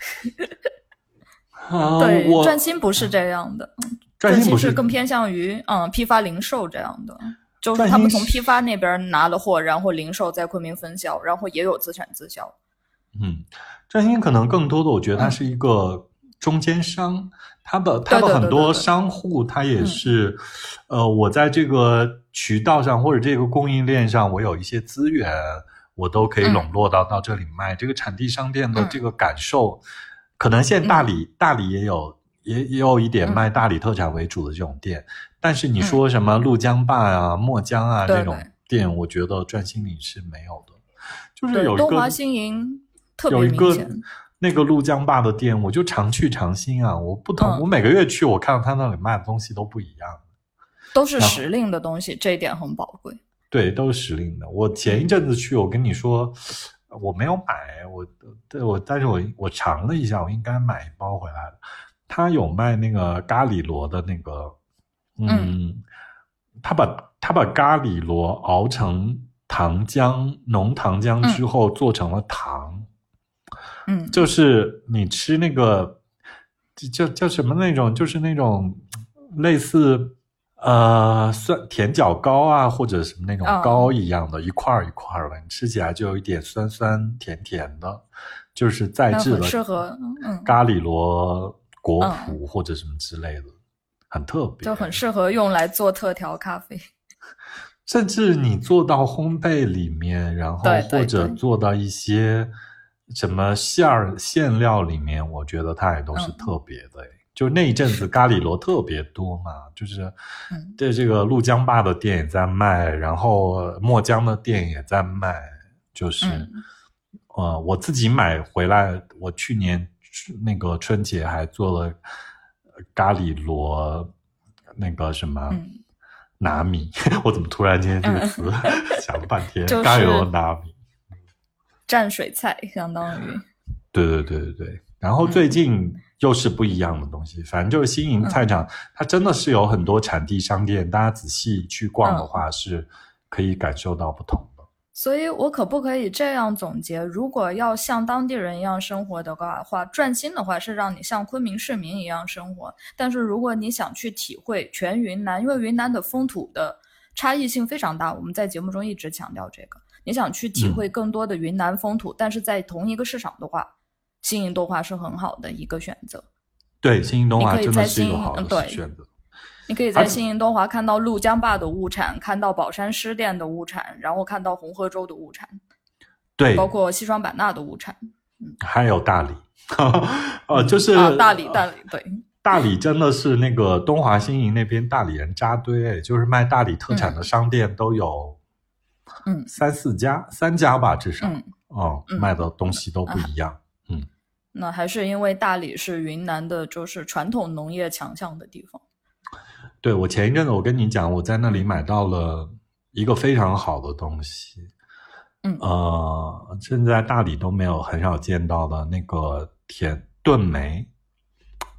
对，转心不是这样的，转心是更偏向于嗯批发零售这样的，就是他们从批发那边拿了货，然后零售在昆明分销，然后也有自产自销。 嗯，转心可能更多的，我觉得它是一个中间商，嗯、它的它的很多商户，它也是，嗯、呃，我在这个渠道上或者这个供应链上，我有一些资源，我都可以笼络到、嗯、到这里卖。这个产地商店的这个感受。嗯可能现在大理、嗯、大理也有也也有一点卖大理特产为主的这种店、嗯、但是你说什么怒江坝啊、墨江啊这种店，我觉得转心里是没有的。就是有一个东华新营特别有一个明显那个怒江坝的店，我就常去常新啊，我不同、嗯、我每个月去，我看到他那里卖的东西都不一样， 都是时令的东西，这一点很宝贵。 对，都是时令的。我前一阵子去，我跟你说我没有买，我对我，但是我我尝了一下，我应该买一包回来的。他有卖那个咖喱螺的那个，嗯，嗯他把他把咖喱螺熬成糖浆，浓糖浆之后做成了糖，嗯，就是你吃那个叫叫什么那种，就是那种类似。呃，酸甜角糕啊，或者什么那种糕一样的，哦、一块一块的，你吃起来就有一点酸酸甜甜的，就是再制的， 适合嗯咖喱螺果脯或者什么之类的，嗯、很特别， 就很适合用来做特调咖啡， 甚至你做到烘焙里面，然后或者做到一些什么馅儿馅料里面，我觉得它也都是特别的。嗯就那一阵子咖喱螺特别多嘛，就是对这个怒江坝的店也在卖，然后墨江的店也在卖，就是、嗯、呃我自己买回来，我去年那个春节还做了咖喱螺那个什么、嗯、拿米我怎么突然间这个词、嗯、想了半天、就是、咖喱螺拿米蘸水菜相当于对对对对对，然后最近又是不一样的东西，反正就是新营菜场、嗯、它真的是有很多产地商店，大家仔细去逛的话是可以感受到不同的、嗯、 所以我可不可以这样总结，如果要像当地人一样生活的话，转心的话是让你像昆明市民一样生活，但是如果你想去体会全云南，因为云南的风土的差异性非常大，我们在节目中一直强调这个，你想去体会更多的云南风土、嗯、但是在同一个市场的话，新营东华是很好的一个选择。 对，新营东华真的是一个好的选择。 你可以在新营东华看到怒江坝的物产，看到宝山湿店的物产，然后看到红河州的物产， 对， 包括西双版纳的物产， 嗯，还有大理，呃，就是、 啊、大理，大理，对， 大理真的是那个东华新营那边大理人扎堆，就是卖大理特产的商店都有，嗯，三四家，三家吧，至少，嗯，哦、嗯，卖的东西都不一样。啊那还是因为大理是云南的就是传统农业强项的地方。 对，我前一阵子我跟你讲，我在那里买到了一个非常好的东西，嗯，呃，现在大理都没有很少见到的那个甜炖梅，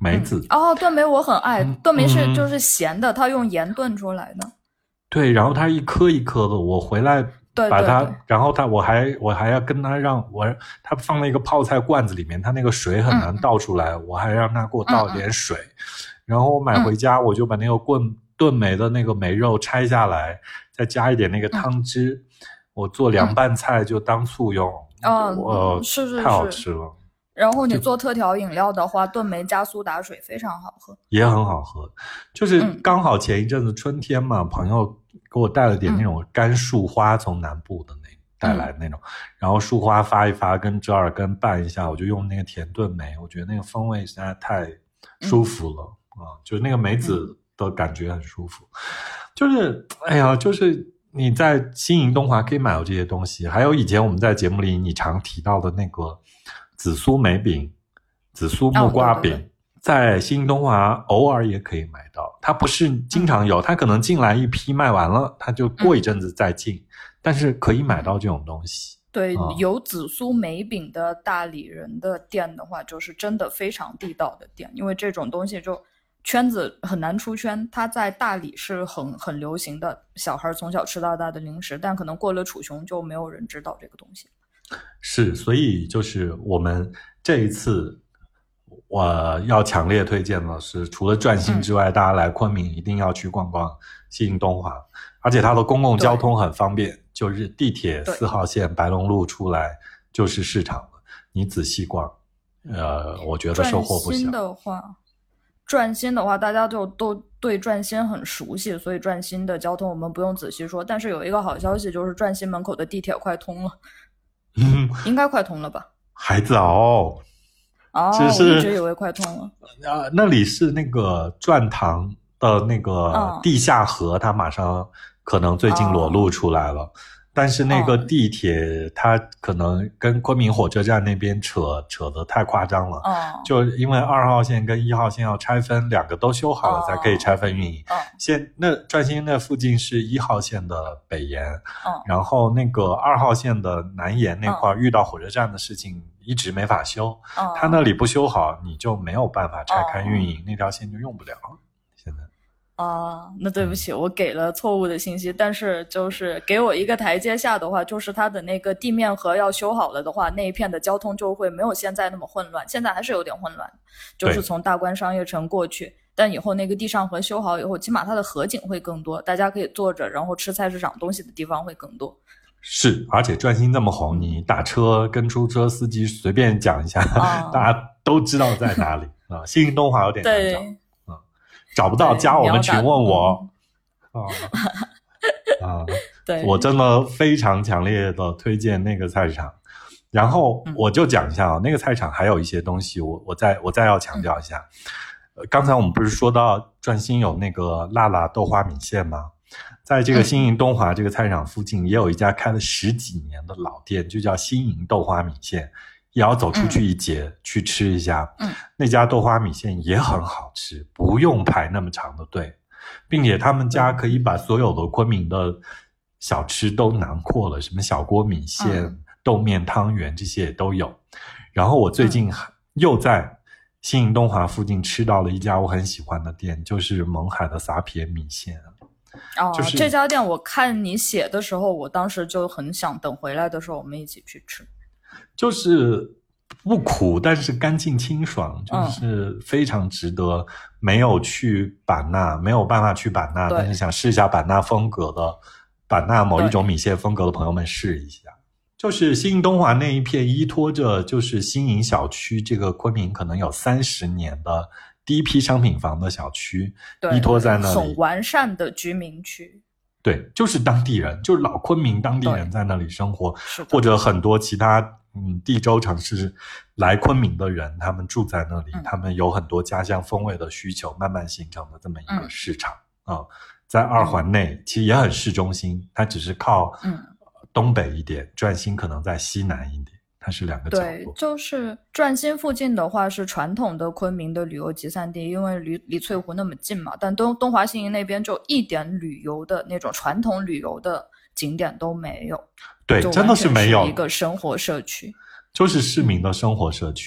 梅子、 嗯、哦，炖梅我很爱，炖梅是就是咸的，它用盐炖出来的。 对，然后它一颗一颗的，我回来把它， 对对对， 然后它我还我还要跟他让我他放在一个泡菜罐子里面，它那个水很难倒出来，嗯、我还让他给我倒点水，嗯、然后我买回家，我就把那个炖炖梅的那个梅肉拆下来，再加一点那个汤汁，嗯、我做凉拌菜就当醋用， 嗯， 我是是是， 太好吃了。 然后你做特调饮料的话，炖梅加苏打水非常好喝， 也很好喝。就是刚好前一阵子春天嘛，嗯、朋友给我带了点那种干树花，从南部的那带来的那种，嗯、然后树花发一发，跟折耳根拌一下，我就用那个甜炖梅，我觉得那个风味实在太舒服了啊、嗯嗯！就是那个梅子的感觉很舒服。就是哎呀，就是你在新营东华可以买到这些东西，还有以前我们在节目里你常提到的那个紫苏梅饼、紫苏木瓜饼，哦、对对对，在新营东华偶尔也可以买到。它不是经常有，嗯、它可能进来一批卖完了，它就过一阵子再进，嗯、但是可以买到这种东西。 对， 嗯、 有紫苏梅饼的大理人的店的话，就是真的非常地道的店，因为这种东西就圈子很难出圈，它在大理是很很流行的，小孩从小吃到大的零食，但可能过了楚雄就没有人知道这个东西。 是，所以就是我们这一次我要强烈推荐的是，除了转心之外，嗯、大家来昆明一定要去逛逛新营东华，而且它的公共交通很方便，就是地铁四号线白龙路出来就是市场了，你仔细逛，呃，我觉得收获不小。 转心的话，转心的话，大家就都对转心很熟悉，所以转心的交通我们不用仔细说。但是有一个好消息，就是转心门口的地铁快通了。嗯，应该快通了吧？ 还早哦，我一直以为快通了。 啊，那里是那个转塘的那个地下河，嗯、它马上可能最近裸露出来了。哦、但是那个地铁它可能跟昆明火车站那边扯扯得太夸张了。哦、就因为二号线跟一号线要拆分，两个都修好了才可以拆分运营。哦、现那转心那附近是一号线的北延，哦、然后那个二号线的南延那块、哦、遇到火车站的事情一直没法修。哦、它那里不修好，你就没有办法拆开运营，哦、那条线就用不了。现在。 啊，那对不起，我给了错误的信息，但是就是给我一个台阶下的话，就是它的那个地面河要修好了的话，那一片的交通就会没有现在那么混乱，现在还是有点混乱，就是从大关商业城过去，但以后那个地上河修好以后，起码它的河景会更多，大家可以坐着然后吃菜市场东西的地方会更多。 是，而且转心这么红，你打车跟出租车司机随便讲一下，啊、大家都知道在哪里啊。新营东华有点难找。找不到加我们群问我啊啊！对，我真的非常强烈的推荐那个菜市场。然后我就讲一下啊，嗯、那个菜市场还有一些东西，我我再我再要强调一下。嗯、刚才我们不是说到转心有那个辣辣豆花米线吗？在这个新营东华这个菜市场附近，也有一家开了十几年的老店，就叫新营豆花米线。也要走出去一截、嗯、去吃一下，嗯，那家豆花米线也很好吃，不用排那么长的队，并且他们家可以把所有的昆明的小吃都囊括了，什么小锅米线、嗯、豆面汤圆这些也都有。然后我最近又在新营东华附近吃到了一家我很喜欢的店，就是勐海的撒撇米线。 哦， 就是、 这家店我看你写的时候，我当时就很想等回来的时候我们一起去吃。 就是不苦，但是干净清爽，就是非常值得没有去版纳，没有办法去版纳，但是想试一下版纳风格的版纳某一种米线风格的朋友们试一下。就是新营东华那一片依托着就是新营小区，这个昆明可能有三十年的第一批商品房的小区，依托在那里很完善的居民区。 对，就是当地人，就是老昆明当地人在那里生活，或者很多其他嗯地州城市来昆明的人，他们住在那里，嗯、他们有很多家乡风味的需求，慢慢形成的这么一个市场啊、嗯呃。在二环内、嗯、其实也很市中心，它只是靠东北一点，转心可能在西南一点。它是两个角度。 对，就是转心附近的话是传统的昆明的旅游集散地，因为离离翠湖那么近嘛，但东东华新营那边就一点旅游的那种传统旅游的景点都没有。 对，真的是没有， 一个生活社区， 就是市民的生活社区。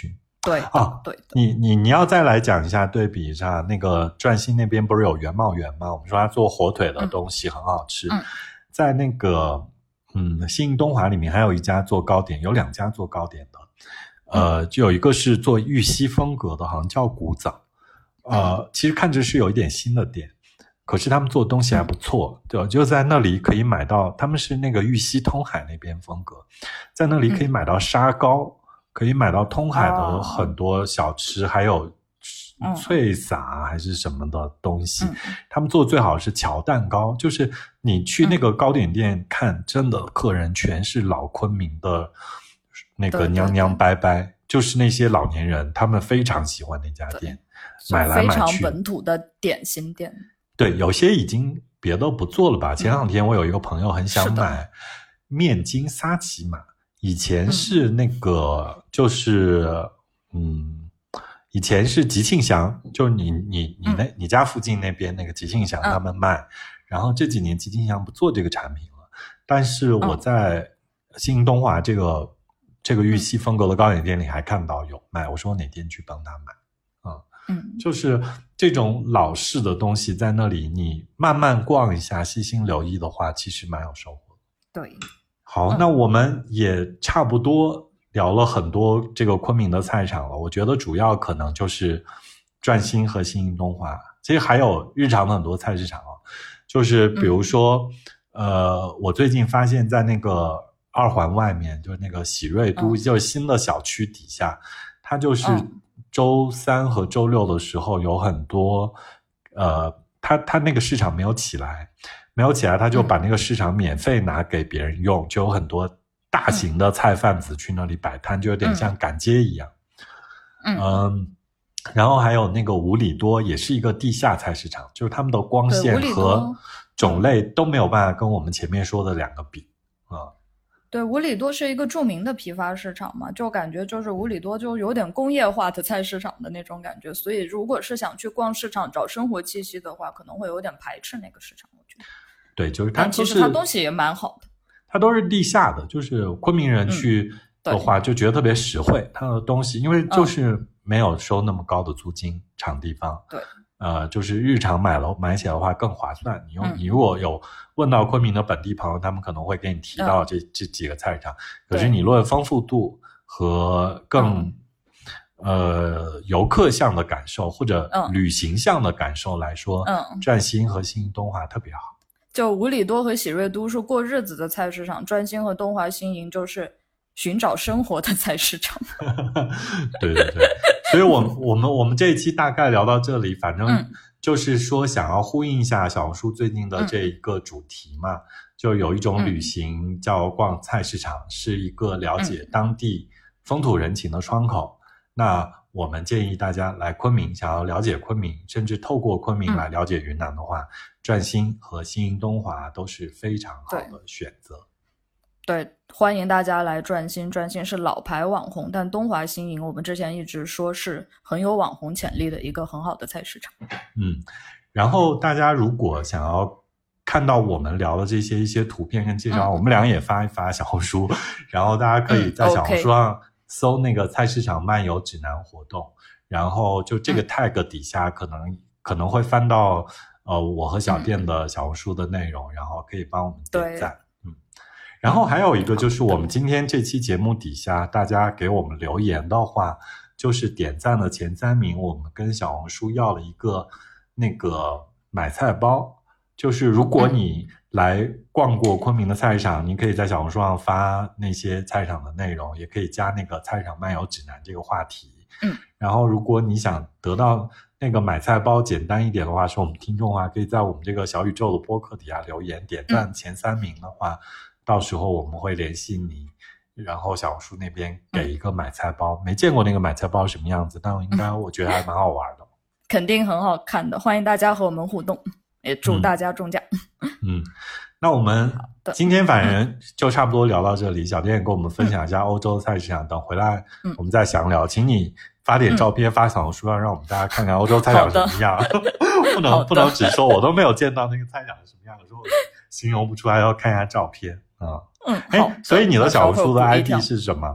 对啊， 对的， 你你你要再来讲一下对比一下那个转心那边不是有元茂园吗？我们说他做火腿的东西很好吃， 嗯、 在那个嗯新营东华里面还有一家做糕点，有两家做糕点的，呃，就有一个是做玉溪风格的，好像叫古早，呃，其实看着是有一点新的店。可是他们做的东西还不错，对，就在那里可以买到，他们是那个玉溪通海那边风格，在那里可以买到沙糕，嗯、可以买到通海的很多小吃，哦、还有脆撒还是什么的东西。嗯、他们做的最好是桥蛋糕，就是你去那个糕点店看，嗯、真的客人全是老昆明的那个娘娘伯伯，就是那些老年人，他们非常喜欢那家店，买来买去， 非常本土的点心店。 对，有些已经别的不做了吧。前两天我有一个朋友很想买面筋萨琪玛，以前是那个、嗯、就是嗯，以前是吉庆祥，就是你你你那、嗯、你家附近那边那个吉庆祥他们卖、嗯、然后这几年吉庆祥不做这个产品了，但是我在新营东华这个、嗯、这个玉溪风格的糕点店里还看到有卖，我说我哪天去帮他买啊、嗯嗯，就是这种老式的东西在那里你慢慢逛一下，细心留意的话其实蛮有收获。 对， 好、嗯、那我们也差不多聊了很多这个昆明的菜场了，我觉得主要可能就是转心和新营东华，其实还有日常的很多菜市场啊，就是比如说、嗯、呃，我最近发现在那个二环外面，就是那个喜瑞都、嗯、就是新的小区底下，它就是周三和周六的时候有很多呃，它它那个市场没有起来没有起来他就把那个市场免费拿给别人用、嗯、就有很多大型的菜贩子去那里摆摊、嗯、就有点像赶街一样。嗯, 嗯然后还有那个五里多也是一个地下菜市场，就是他们的光线和种类都没有办法跟我们前面说的两个比啊、嗯。 对，五里多是一个著名的批发市场嘛，就感觉就是五里多就有点工业化的菜市场的那种感觉，所以如果是想去逛市场找生活气息的话，可能会有点排斥那个市场，我觉得。 对，就是它都是， 但其实它东西也蛮好的， 它都是地下的，就是昆明人去的话就觉得特别实惠、嗯、它的东西因为就是没有收那么高的租金、嗯、场地方， 对， 呃，就是日常买了买起来的话更划算。你用、嗯、你如果有问到昆明的本地朋友，他们可能会给你提到这、嗯、这几个菜市场，可是你论丰富度和更、嗯、呃游客向的感受或者旅行向的感受来说，嗯，转心和新营东华特别好。 就五里多和喜瑞都是过日子的菜市场，转心和东华新营就是寻找生活的菜市场。 对对对，所以我们我们我们这一期大概聊到这里，反正就是说想要呼应一下小红书最近的这一个主题嘛，嗯、就有一种旅行叫逛菜市场，嗯、是一个了解当地风土人情的窗口。嗯、那我们建议大家来昆明，想要了解昆明，甚至透过昆明来了解云南的话，嗯、转心和新营东华都是非常好的选择。 对，欢迎大家来转心。转心是老牌网红，但东华新营我们之前一直说是很有网红潜力的一个很好的菜市场。 嗯，然后大家如果想要看到我们聊的这些一些图片跟介绍、嗯、我们俩也发一发小红书，然后大家可以在小红书上搜那个菜市场漫游指南活动，然后就这个 tag 底下可能、嗯、可能会翻到呃我和小店的小红书的内容、嗯、然后可以帮我们点赞。然后还有一个就是我们今天这期节目底下大家给我们留言的话，就是点赞的前三名我们跟小红书要了一个那个买菜包，就是如果你来逛过昆明的菜市场，你可以在小红书上发那些菜市场的内容，也可以加那个菜市场漫游指南这个话题。嗯，然后如果你想得到那个买菜包简单一点的话，是我们听众的话可以在我们这个小宇宙的播客底下留言，点赞前三名的话、嗯到时候我们会联系你，然后小红书那边给一个买菜包、嗯、没见过那个买菜包什么样子，但应该我觉得还蛮好玩的。 肯定很好看的，欢迎大家和我们互动，也祝大家中奖。 嗯, 嗯那我们今天反正就差不多聊到这里，小店也跟我们分享一下欧洲菜市场、嗯、等回来我们再详聊、嗯、请你发点照片、嗯、发小红书上让我们大家看看欧洲菜场什么样。不能不能只说我都没有见到那个菜场是什么样的，说我形容不出来，要看一下照片啊。嗯，哎，所以你的小红书的 I D 是什么？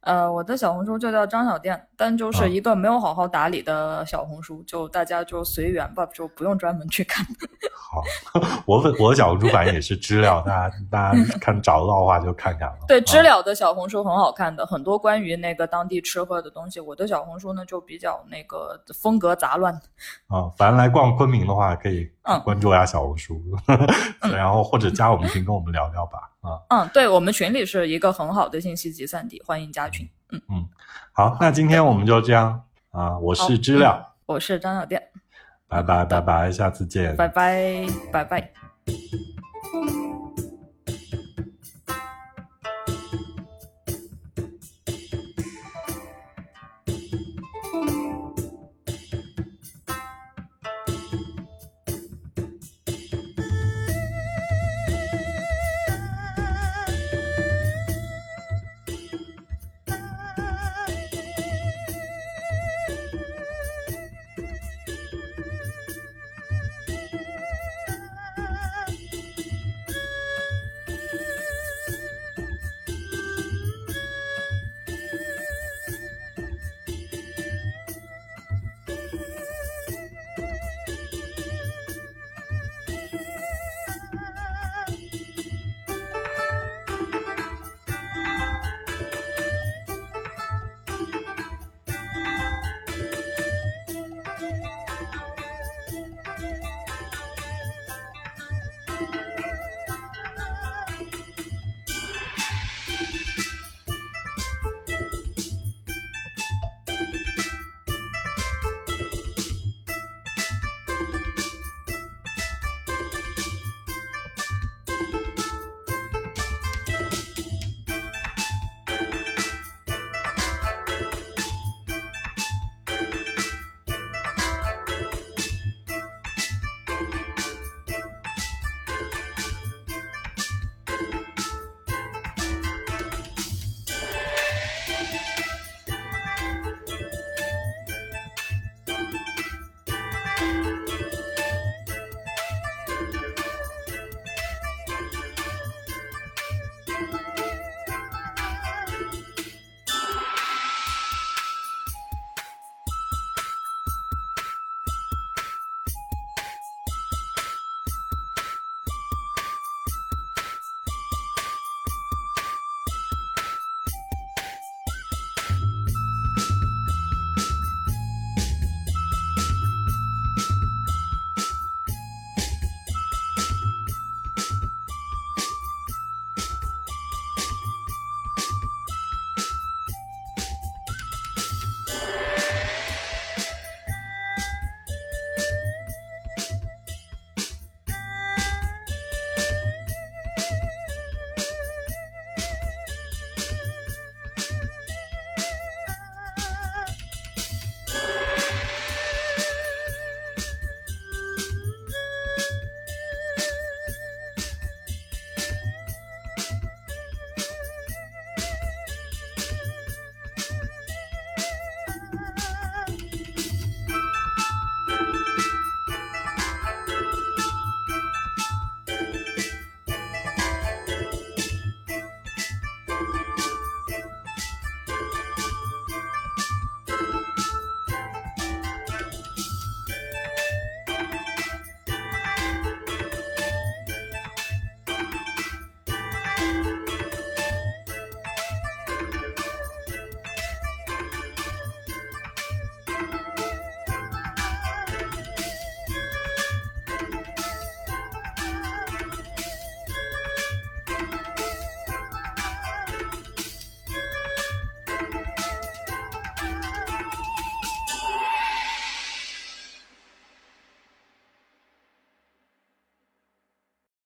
呃，我的小红书就叫张小店，但就是一个没有好好打理的小红书，嗯、就大家就随缘吧，就不用专门去看。 好，我我的小红书反正也是知了，大家大家看找得到的话就看看了。 对，知了的小红书很好看的，很多关于那个当地吃喝的东西。我的小红书呢就比较那个风格杂乱。 啊，反正来逛昆明的话，可以关注一下小红书，嗯、然后或者加我们群跟我们聊聊吧。啊， 嗯，对，我们群里是一个很好的信息集散地，欢迎加群。嗯嗯，好，那今天我们就这样啊，我是知了、嗯， 我是张小店， 拜拜拜拜，下次见， 拜拜拜拜。